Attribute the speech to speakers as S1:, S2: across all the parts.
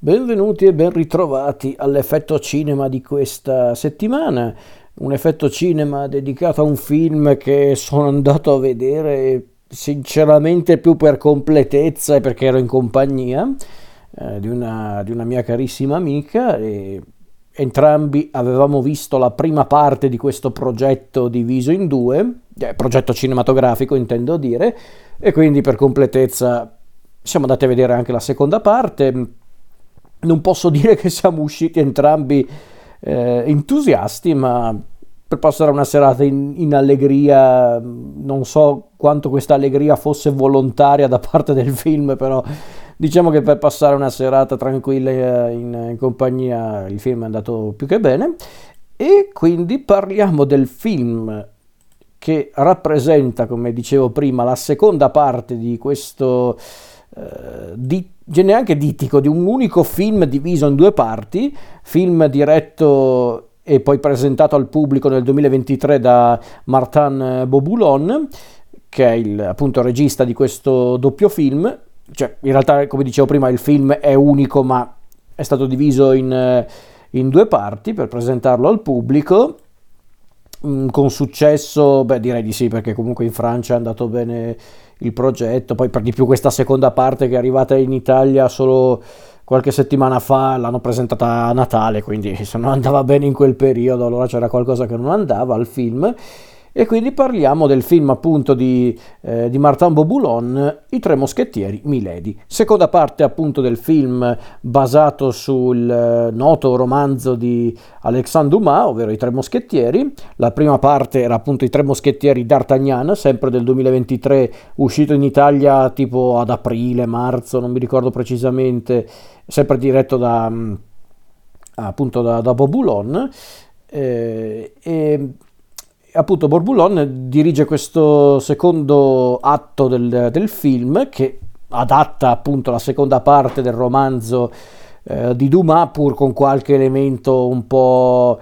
S1: Benvenuti e ben ritrovati all'effetto cinema di questa settimana, un effetto cinema dedicato a un film che sono andato a vedere sinceramente più per completezza e perché ero in compagnia di una mia carissima amica e entrambi avevamo visto la prima parte di questo progetto diviso in due, progetto cinematografico intendo dire, e quindi per completezza siamo andati a vedere anche la seconda parte. Non posso dire che siamo usciti entrambi entusiasti, ma per passare una serata in allegria, non so quanto questa allegria fosse volontaria da parte del film, però diciamo che per passare una serata tranquilla in compagnia il film è andato più che bene. E quindi parliamo del film che rappresenta, come dicevo prima, la seconda parte di questo neanche dittico, di un unico film diviso in due parti, film diretto e poi presentato al pubblico nel 2023 da Martin Boboulon, che è appunto il regista di questo doppio film. Cioè, in realtà, come dicevo prima, il film è unico, ma è stato diviso in due parti per presentarlo al pubblico. Con successo, beh, direi di sì, perché comunque in Francia è andato bene il progetto, poi per di più questa seconda parte che è arrivata in Italia solo qualche settimana fa l'hanno presentata a Natale, quindi se non andava bene in quel periodo allora c'era qualcosa che non andava al film. E quindi parliamo del film appunto di Martin Boboulon, I Tre Moschettieri, Milady. Seconda parte appunto del film basato sul noto romanzo di Alexandre Dumas, ovvero I Tre Moschettieri. La prima parte era appunto I Tre Moschettieri d'Artagnan, sempre del 2023, uscito in Italia tipo ad aprile, marzo, non mi ricordo precisamente, sempre diretto da Boboulon. E appunto Bourboulon dirige questo secondo atto del film che adatta appunto la seconda parte del romanzo di Dumas, pur con qualche elemento un po'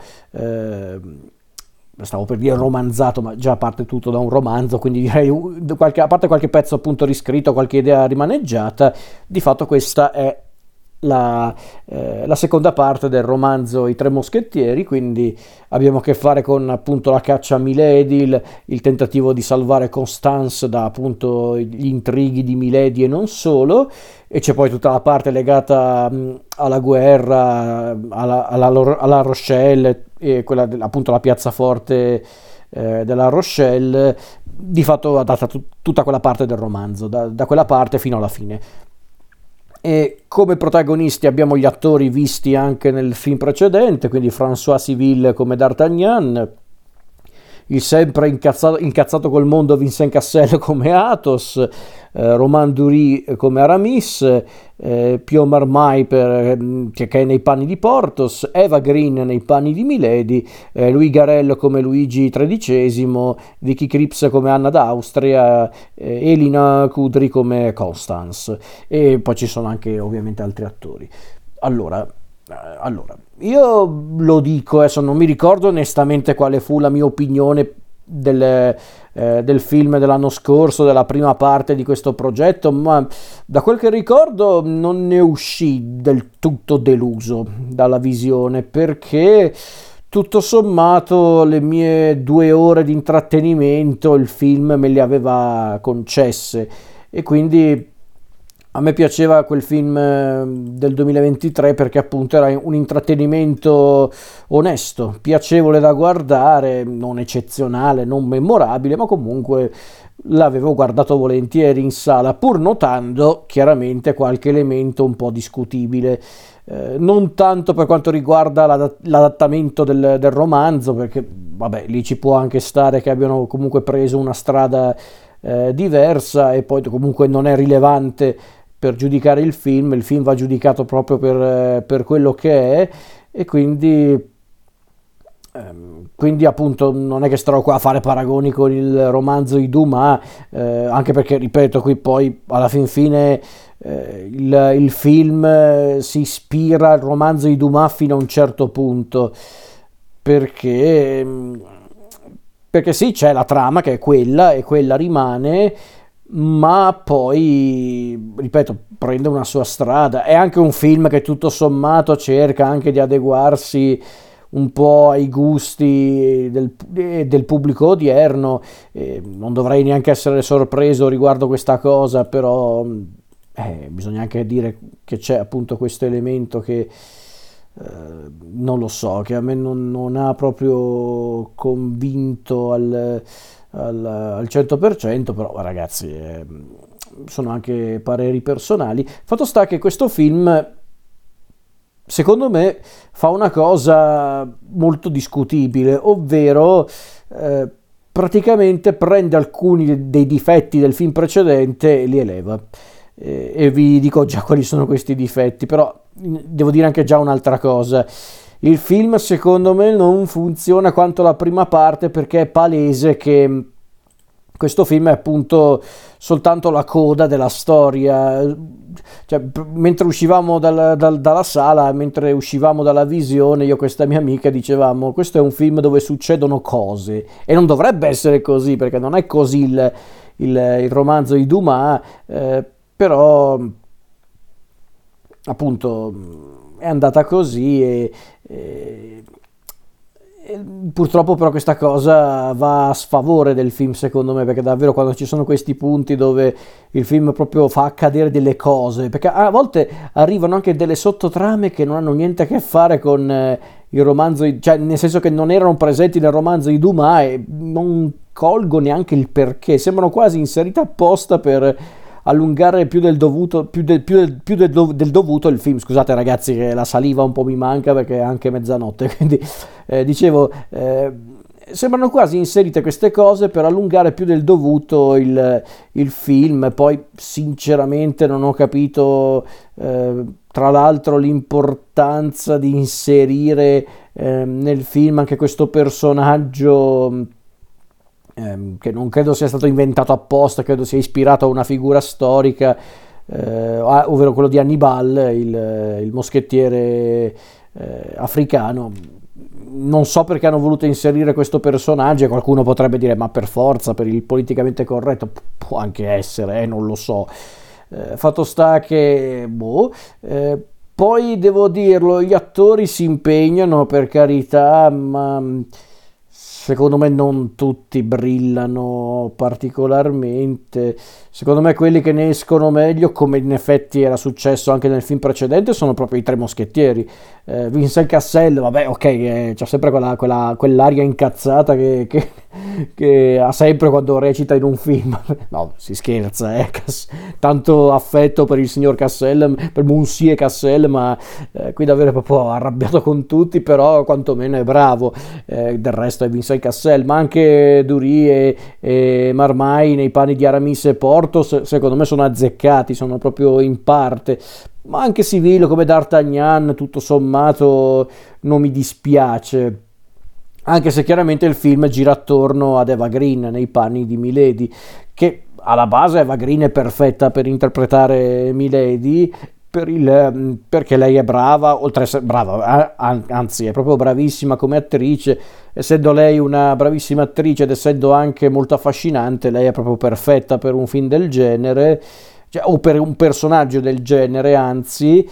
S1: stavo per dire romanzato, ma già parte tutto da un romanzo, quindi direi a parte qualche pezzo appunto riscritto, qualche idea rimaneggiata. Di fatto questa è la seconda parte del romanzo I Tre Moschettieri, quindi abbiamo a che fare con appunto la caccia a Milady, il tentativo di salvare Constance da appunto gli intrighi di Milady e non solo, e c'è poi tutta la parte legata alla guerra, alla Rochelle e quella appunto la piazzaforte della Rochelle. Di fatto adatta tutta quella parte del romanzo, da quella parte fino alla fine. E come protagonisti abbiamo gli attori visti anche nel film precedente, quindi François Civil come D'Artagnan, il sempre incazzato col mondo Vincent Cassel come Athos, Romain Duris come Aramis, Pio Marmaille che è nei panni di Porthos, Eva Green nei panni di Milady, Louis Garrel come Luigi XIII, Vicky Krieps come Anna d'Austria, Elina Kudry come Constance, e poi ci sono anche ovviamente altri attori. Allora, io lo dico, adesso non mi ricordo onestamente quale fu la mia opinione del film dell'anno scorso, della prima parte di questo progetto, ma da quel che ricordo non ne uscì del tutto deluso dalla visione, perché tutto sommato le mie 2 ore di intrattenimento il film me le aveva concesse, e quindi a me piaceva quel film del 2023 perché appunto era un intrattenimento onesto, piacevole da guardare, non eccezionale, non memorabile, ma comunque l'avevo guardato volentieri in sala, pur notando chiaramente qualche elemento un po' discutibile. Non tanto per quanto riguarda l'adattamento del romanzo, perché vabbè, lì ci può anche stare che abbiano comunque preso una strada diversa, e poi comunque non è rilevante per giudicare il film va giudicato proprio per quello che è, e quindi appunto non è che starò qua a fare paragoni con il romanzo di Dumas, anche perché ripeto, qui poi alla fin fine il film si ispira al romanzo di Dumas fino a un certo punto, perché sì, c'è la trama che è quella e quella rimane, ma poi, ripeto, prende una sua strada. È anche un film che tutto sommato cerca anche di adeguarsi un po' ai gusti del pubblico odierno. Non dovrei neanche essere sorpreso riguardo questa cosa, però bisogna anche dire che c'è appunto questo elemento che non lo so, che a me non ha proprio convinto al 100%, però ragazzi, sono anche pareri personali. Fatto sta che questo film, secondo me, fa una cosa molto discutibile, ovvero eh, praticamente prende alcuni dei difetti del film precedente e li eleva. E vi dico già quali sono questi difetti, però devo dire anche già un'altra cosa. Il film secondo me non funziona quanto la prima parte, perché è palese che questo film è appunto soltanto la coda della storia. Cioè, mentre uscivamo dalla sala, mentre uscivamo dalla visione, io e questa mia amica dicevamo: questo è un film dove succedono cose, e non dovrebbe essere così, perché non è così il romanzo di Dumas, però appunto è andata così e purtroppo però questa cosa va a sfavore del film, secondo me, perché davvero quando ci sono questi punti dove il film proprio fa accadere delle cose, perché a volte arrivano anche delle sottotrame che non hanno niente a che fare con il romanzo, cioè nel senso che non erano presenti nel romanzo di Dumas, e non colgo neanche il perché, sembrano quasi inserite apposta per allungare più del dovuto, del dovuto il film. Scusate ragazzi che la saliva un po' mi manca perché è anche mezzanotte, quindi dicevo, sembrano quasi inserite queste cose per allungare più del dovuto il film. Poi sinceramente non ho capito, tra l'altro, l'importanza di inserire nel film anche questo personaggio, che non credo sia stato inventato apposta, credo sia ispirato a una figura storica, ovvero quello di Hannibal, il moschettiere africano. Non so perché hanno voluto inserire questo personaggio, e qualcuno potrebbe dire ma per forza, per il politicamente corretto. Può anche essere, non lo so. Fatto sta che boh. Poi devo dirlo, gli attori si impegnano, per carità, ma secondo me non tutti brillano particolarmente. Secondo me quelli che ne escono meglio, come in effetti era successo anche nel film precedente, sono proprio i tre moschettieri. Vincent Cassel, vabbè, ok, c'ha sempre quell'aria incazzata che ha sempre quando recita in un film. No, si scherza, tanto affetto per il signor Cassel, per Monsieur Cassel, ma qui davvero è proprio arrabbiato con tutti, però quantomeno è bravo. Del resto è Vincent Cassel, ma anche Dury e Marmai nei panni di Aramis e Porto, secondo me sono azzeccati, sono proprio in parte. Ma anche Civillo come D'Artagnan, tutto sommato, non mi dispiace. Anche se chiaramente il film gira attorno ad Eva Green nei panni di Milady, che alla base Eva Green è perfetta per interpretare Milady, perché lei è brava, oltre a essere brava, anzi è proprio bravissima come attrice. Essendo lei una bravissima attrice ed essendo anche molto affascinante, lei è proprio perfetta per un film del genere, cioè, o per un personaggio del genere, anzi.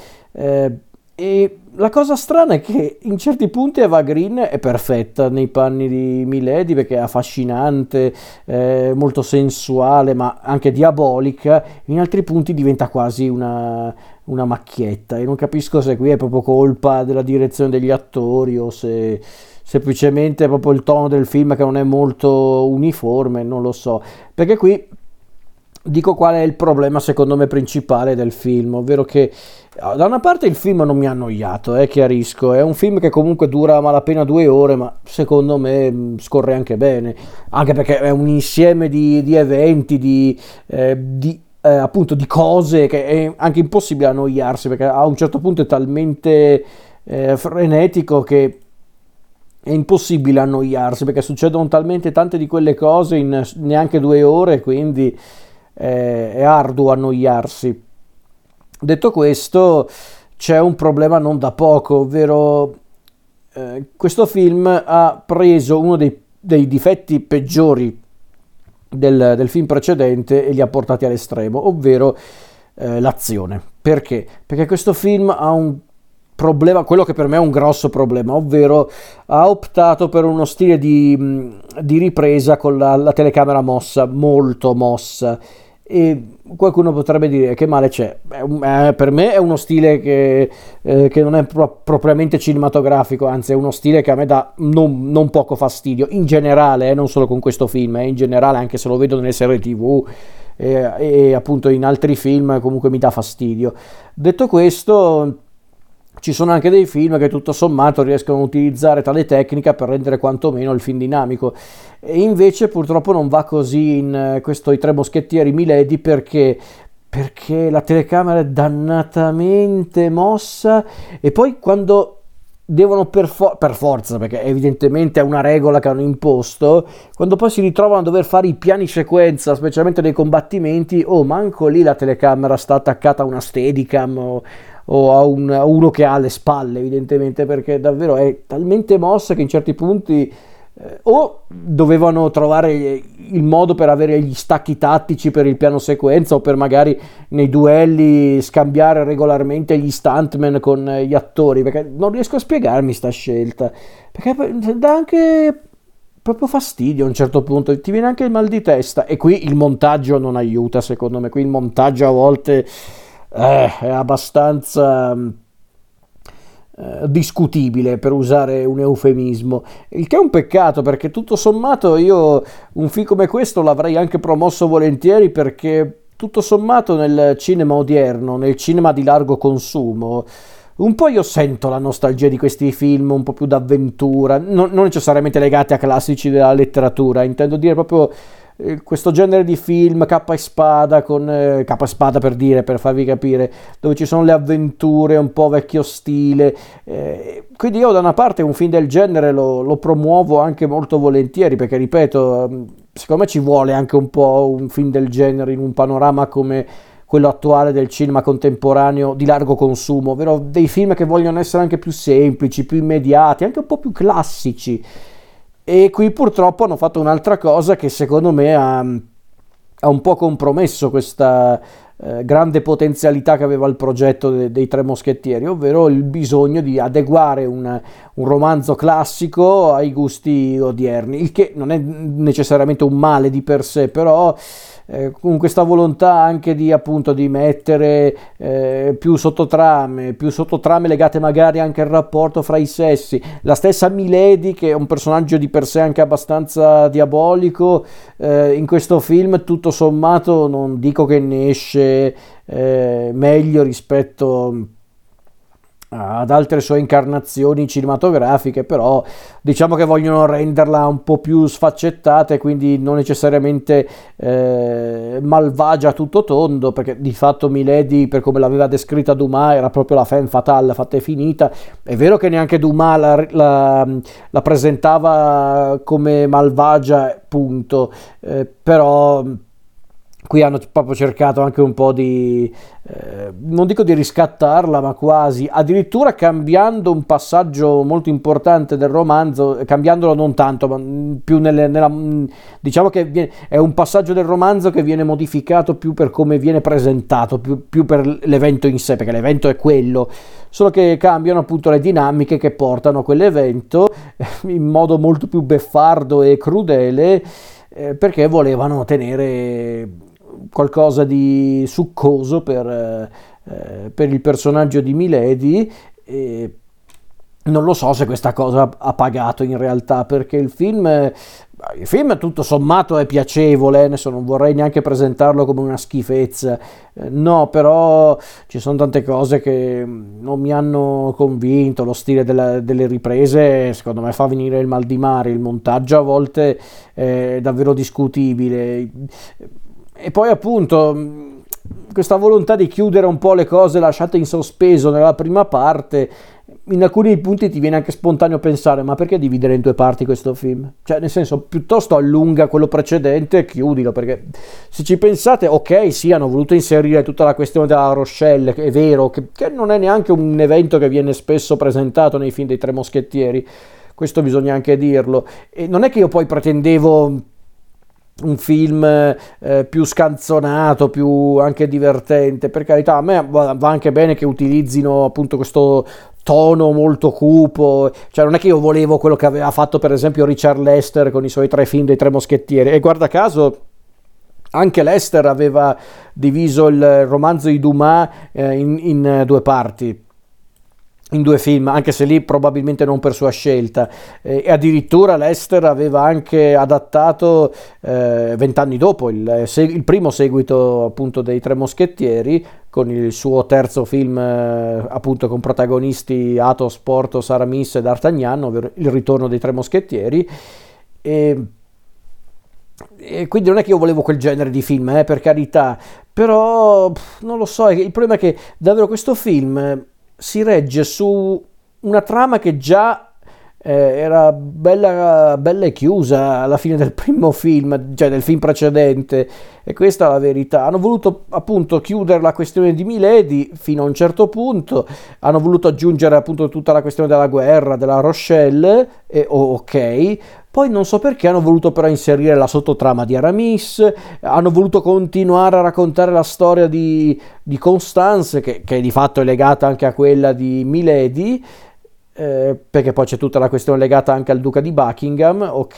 S1: E la cosa strana è che in certi punti Eva Green è perfetta nei panni di Milady, perché è affascinante, molto sensuale, ma anche diabolica. In altri punti diventa quasi una macchietta, e non capisco se qui è proprio colpa della direzione degli attori o se semplicemente è proprio il tono del film che non è molto uniforme, non lo so. Perché qui dico qual è il problema secondo me principale del film, ovvero che da una parte il film non mi ha annoiato, chiarisco, è un film che comunque dura a malapena 2 ore, ma secondo me scorre anche bene, anche perché è un insieme di eventi, appunto di cose, che è anche impossibile annoiarsi, perché a un certo punto è talmente frenetico che è impossibile annoiarsi, perché succedono talmente tante di quelle cose in neanche 2 ore, quindi è arduo annoiarsi. Detto questo, c'è un problema non da poco, ovvero questo film ha preso uno dei difetti peggiori del film precedente e li ha portati all'estremo, ovvero l'azione. Perché? Perché questo film ha un problema, quello che per me è un grosso problema, ovvero ha optato per uno stile di ripresa con la telecamera mossa, molto mossa. E qualcuno potrebbe dire che male c'è. Per me è uno stile che non è propriamente cinematografico, anzi è uno stile che a me dà non poco fastidio, in generale, non solo con questo film, in generale, anche se lo vedo nelle serie TV e appunto in altri film comunque mi dà fastidio. Detto questo, ci sono anche dei film che tutto sommato riescono a utilizzare tale tecnica per rendere quantomeno il film dinamico, e invece purtroppo non va così in questo I Tre Moschettieri Milady, perché la telecamera è dannatamente mossa, e poi quando devono per forza, perché evidentemente è una regola che hanno imposto, quando poi si ritrovano a dover fare i piani sequenza, specialmente nei combattimenti, manco lì la telecamera sta attaccata a una Steadicam o a uno che ha alle spalle, evidentemente, perché davvero è talmente mossa che in certi punti o dovevano trovare il modo per avere gli stacchi tattici per il piano sequenza, o per magari nei duelli scambiare regolarmente gli stuntman con gli attori, perché non riesco a spiegarmi sta scelta, perché dà anche proprio fastidio a un certo punto, ti viene anche il mal di testa, e qui il montaggio non aiuta, secondo me. Qui il montaggio a volte è abbastanza discutibile, per usare un eufemismo, il che è un peccato, perché tutto sommato io un film come questo l'avrei anche promosso volentieri, perché tutto sommato nel cinema odierno, nel cinema di largo consumo, un po' io sento la nostalgia di questi film un po' più d'avventura, non necessariamente legati a classici della letteratura, intendo dire proprio questo genere di film cappa e spada, cappa e spada, per dire, per farvi capire, dove ci sono le avventure un po' vecchio stile, quindi io da una parte un film del genere lo promuovo anche molto volentieri, perché ripeto, secondo me ci vuole anche un po' un film del genere in un panorama come quello attuale del cinema contemporaneo di largo consumo, ovvero dei film che vogliono essere anche più semplici, più immediati, anche un po' più classici. E qui purtroppo hanno fatto un'altra cosa che secondo me ha un po' compromesso questa grande potenzialità che aveva il progetto dei Tre Moschettieri, ovvero il bisogno di adeguare un romanzo classico ai gusti odierni, il che non è necessariamente un male di per sé, però con questa volontà anche di appunto di mettere più sottotrame legate magari anche al rapporto fra i sessi, la stessa Milady, che è un personaggio di per sé anche abbastanza diabolico, in questo film tutto sommato non dico che ne esce meglio rispetto ad altre sue incarnazioni cinematografiche, però diciamo che vogliono renderla un po' più sfaccettata e quindi non necessariamente malvagia a tutto tondo, perché di fatto Milady, per come l'aveva descritta Dumas, era proprio la femme fatale fatta e finita. È vero che neanche Dumas la presentava come malvagia, punto, però qui hanno proprio cercato anche un po' non dico di riscattarla, ma quasi, addirittura cambiando un passaggio molto importante del romanzo, cambiandolo non tanto, ma più diciamo che è un passaggio del romanzo che viene modificato più per come viene presentato, più per l'evento in sé, perché l'evento è quello, solo che cambiano appunto le dinamiche che portano a quell'evento in modo molto più beffardo e crudele, perché volevano tenere qualcosa di succoso per il personaggio di Milady, e non lo so se questa cosa ha pagato in realtà, perché il film tutto sommato è piacevole, adesso non vorrei neanche presentarlo come una schifezza, no, però ci sono tante cose che non mi hanno convinto, lo stile delle riprese secondo me fa venire il mal di mare, il montaggio a volte è davvero discutibile, e poi appunto questa volontà di chiudere un po' le cose lasciate in sospeso nella prima parte, in alcuni punti ti viene anche spontaneo pensare: ma perché dividere in due parti questo film? Cioè, nel senso, piuttosto allunga quello precedente e chiudilo, perché se ci pensate, ok, sì, hanno voluto inserire tutta la questione della Rochelle, che è vero, che non è neanche un evento che viene spesso presentato nei film dei Tre Moschettieri, questo bisogna anche dirlo, e non è che io poi pretendevo un film più scanzonato, più anche divertente. Per carità, a me va anche bene che utilizzino appunto questo tono molto cupo, cioè non è che io volevo quello che aveva fatto per esempio Richard Lester con i suoi tre film dei Tre Moschettieri, e guarda caso anche Lester aveva diviso il romanzo di Dumas in due parti, in due film, anche se lì probabilmente non per sua scelta. E addirittura Lester aveva anche adattato 20 anni dopo il primo seguito appunto dei Tre Moschettieri, con il suo terzo film appunto con protagonisti Athos, Porthos, Aramis e D'Artagnan, ovvero Il ritorno dei Tre Moschettieri. E quindi non è che io volevo quel genere di film, per carità, però non lo so, il problema è che davvero questo film si regge su una trama che già era bella, bella e chiusa alla fine del primo film, cioè del film precedente, e questa è la verità. Hanno voluto appunto chiudere la questione di Milady fino a un certo punto, hanno voluto aggiungere appunto tutta la questione della guerra, della Rochelle, e ok. Poi non so perché hanno voluto però inserire la sottotrama di Aramis, hanno voluto continuare a raccontare la storia di Constance, che di fatto è legata anche a quella di Milady, perché poi c'è tutta la questione legata anche al duca di Buckingham, ok?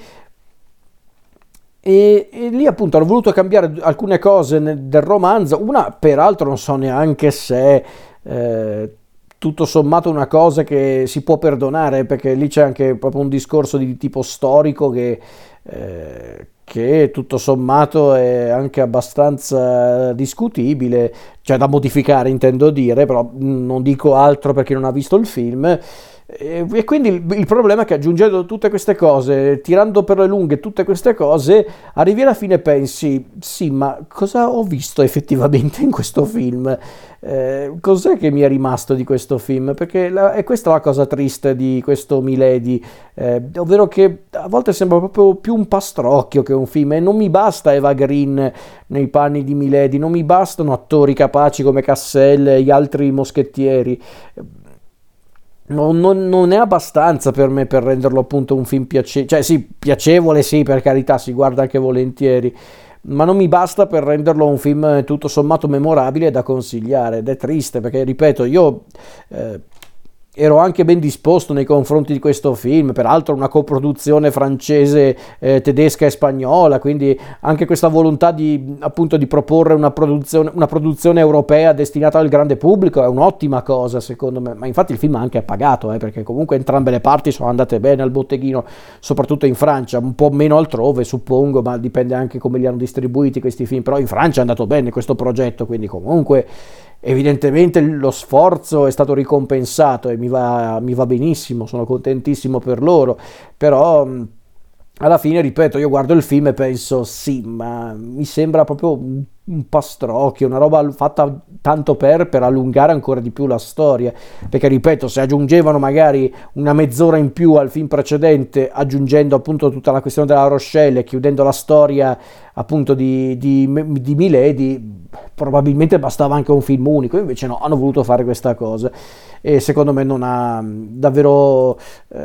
S1: E lì appunto hanno voluto cambiare alcune cose del romanzo, una peraltro non so neanche se tutto sommato una cosa che si può perdonare, perché lì c'è anche proprio un discorso di tipo storico che tutto sommato è anche abbastanza discutibile, cioè da modificare intendo dire, però non dico altro perché non ha visto il film. E quindi il problema è che aggiungendo tutte queste cose, tirando per le lunghe tutte queste cose, arrivi alla fine e pensi, sì, ma cosa ho visto effettivamente in questo film? Cos'è che mi è rimasto di questo film? Perché è questa la cosa triste di questo Milady, ovvero che a volte sembra proprio più un pastrocchio che un film, e non mi basta Eva Green nei panni di Milady, non mi bastano attori capaci come Cassel e gli altri moschettieri. Non è abbastanza per me per renderlo appunto un film piacevole, cioè sì, piacevole sì, per carità, si guarda anche volentieri, ma non mi basta per renderlo un film tutto sommato memorabile e da consigliare, ed è triste perché, ripeto, io ero anche ben disposto nei confronti di questo film, peraltro una coproduzione francese, tedesca e spagnola, quindi anche questa volontà di appunto di proporre una produzione europea destinata al grande pubblico è un'ottima cosa secondo me, ma infatti il film ha anche pagato, perché comunque entrambe le parti sono andate bene al botteghino, soprattutto in Francia, un po' meno altrove suppongo, ma dipende anche come li hanno distribuiti questi film, però in Francia è andato bene questo progetto, quindi comunque evidentemente lo sforzo è stato ricompensato e mi va benissimo, sono contentissimo per loro, però alla fine, ripeto, io guardo il film e penso, sì, ma mi sembra proprio un pastrocchio, una roba fatta tanto per allungare ancora di più la storia, perché ripeto, se aggiungevano magari una mezz'ora in più al film precedente, aggiungendo appunto tutta la questione della Rochelle, chiudendo la storia appunto di Milady, probabilmente bastava anche un film unico, invece no, hanno voluto fare questa cosa e secondo me non ha davvero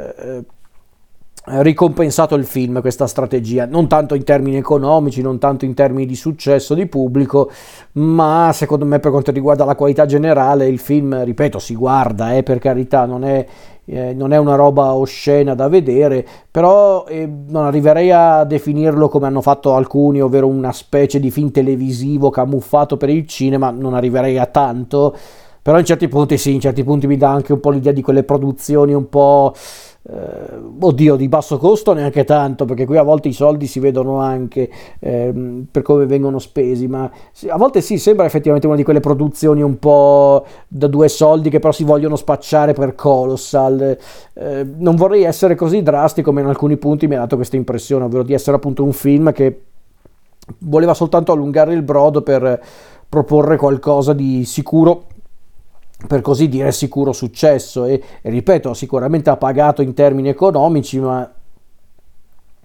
S1: ricompensato il film questa strategia, non tanto in termini economici, non tanto in termini di successo di pubblico, ma secondo me per quanto riguarda la qualità generale il film, ripeto, si guarda, per carità, non è una roba oscena da vedere, però non arriverei a definirlo come hanno fatto alcuni, ovvero una specie di film televisivo camuffato per il cinema, non arriverei a tanto, però in certi punti sì, in certi punti mi dà anche un po' l'idea di quelle produzioni un po' oddio, di basso costo neanche tanto, perché qui a volte i soldi si vedono anche per come vengono spesi, ma a volte sì, sembra effettivamente una di quelle produzioni un po' da due soldi che però si vogliono spacciare per Colossal. Non vorrei essere così drastico, ma in alcuni punti mi ha dato questa impressione, ovvero di essere appunto un film che voleva soltanto allungare il brodo per proporre qualcosa di sicuro, per così dire sicuro successo, e ripeto, sicuramente ha pagato in termini economici, ma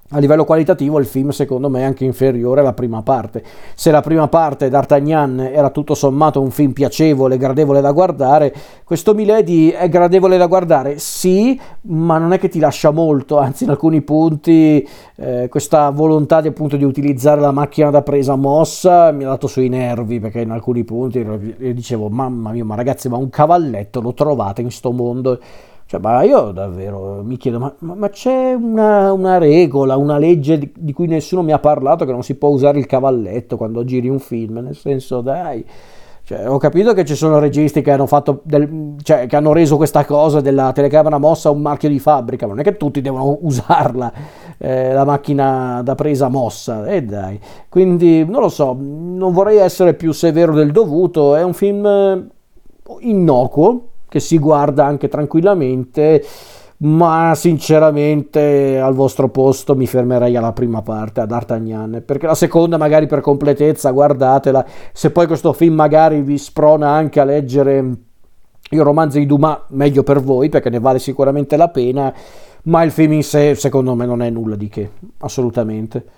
S1: a livello qualitativo il film secondo me è anche inferiore alla prima parte. Se la prima parte D'Artagnan era tutto sommato un film piacevole, gradevole da guardare, questo Milady è gradevole da guardare, sì, ma non è che ti lascia molto, anzi in alcuni punti questa volontà di, appunto, di utilizzare la macchina da presa mossa mi ha dato sui nervi, perché in alcuni punti io dicevo mamma mia, ma ragazzi, ma un cavalletto lo trovate in sto mondo? Cioè, ma io davvero mi chiedo, ma c'è una regola, una legge di cui nessuno mi ha parlato, che non si può usare il cavalletto quando giri un film? Nel senso, dai, cioè, ho capito che ci sono registi che hanno fatto cioè, che hanno reso questa cosa della telecamera mossa un marchio di fabbrica, ma non è che tutti devono usarla, la macchina da presa mossa, e dai. Quindi, non lo so, non vorrei essere più severo del dovuto, è un film innocuo, che si guarda anche tranquillamente, ma sinceramente al vostro posto mi fermerei alla prima parte, ad D'Artagnan, perché la seconda magari per completezza guardatela, se poi questo film magari vi sprona anche a leggere il romanzo di Dumas, meglio per voi, perché ne vale sicuramente la pena, ma il film in sé secondo me non è nulla di che, assolutamente.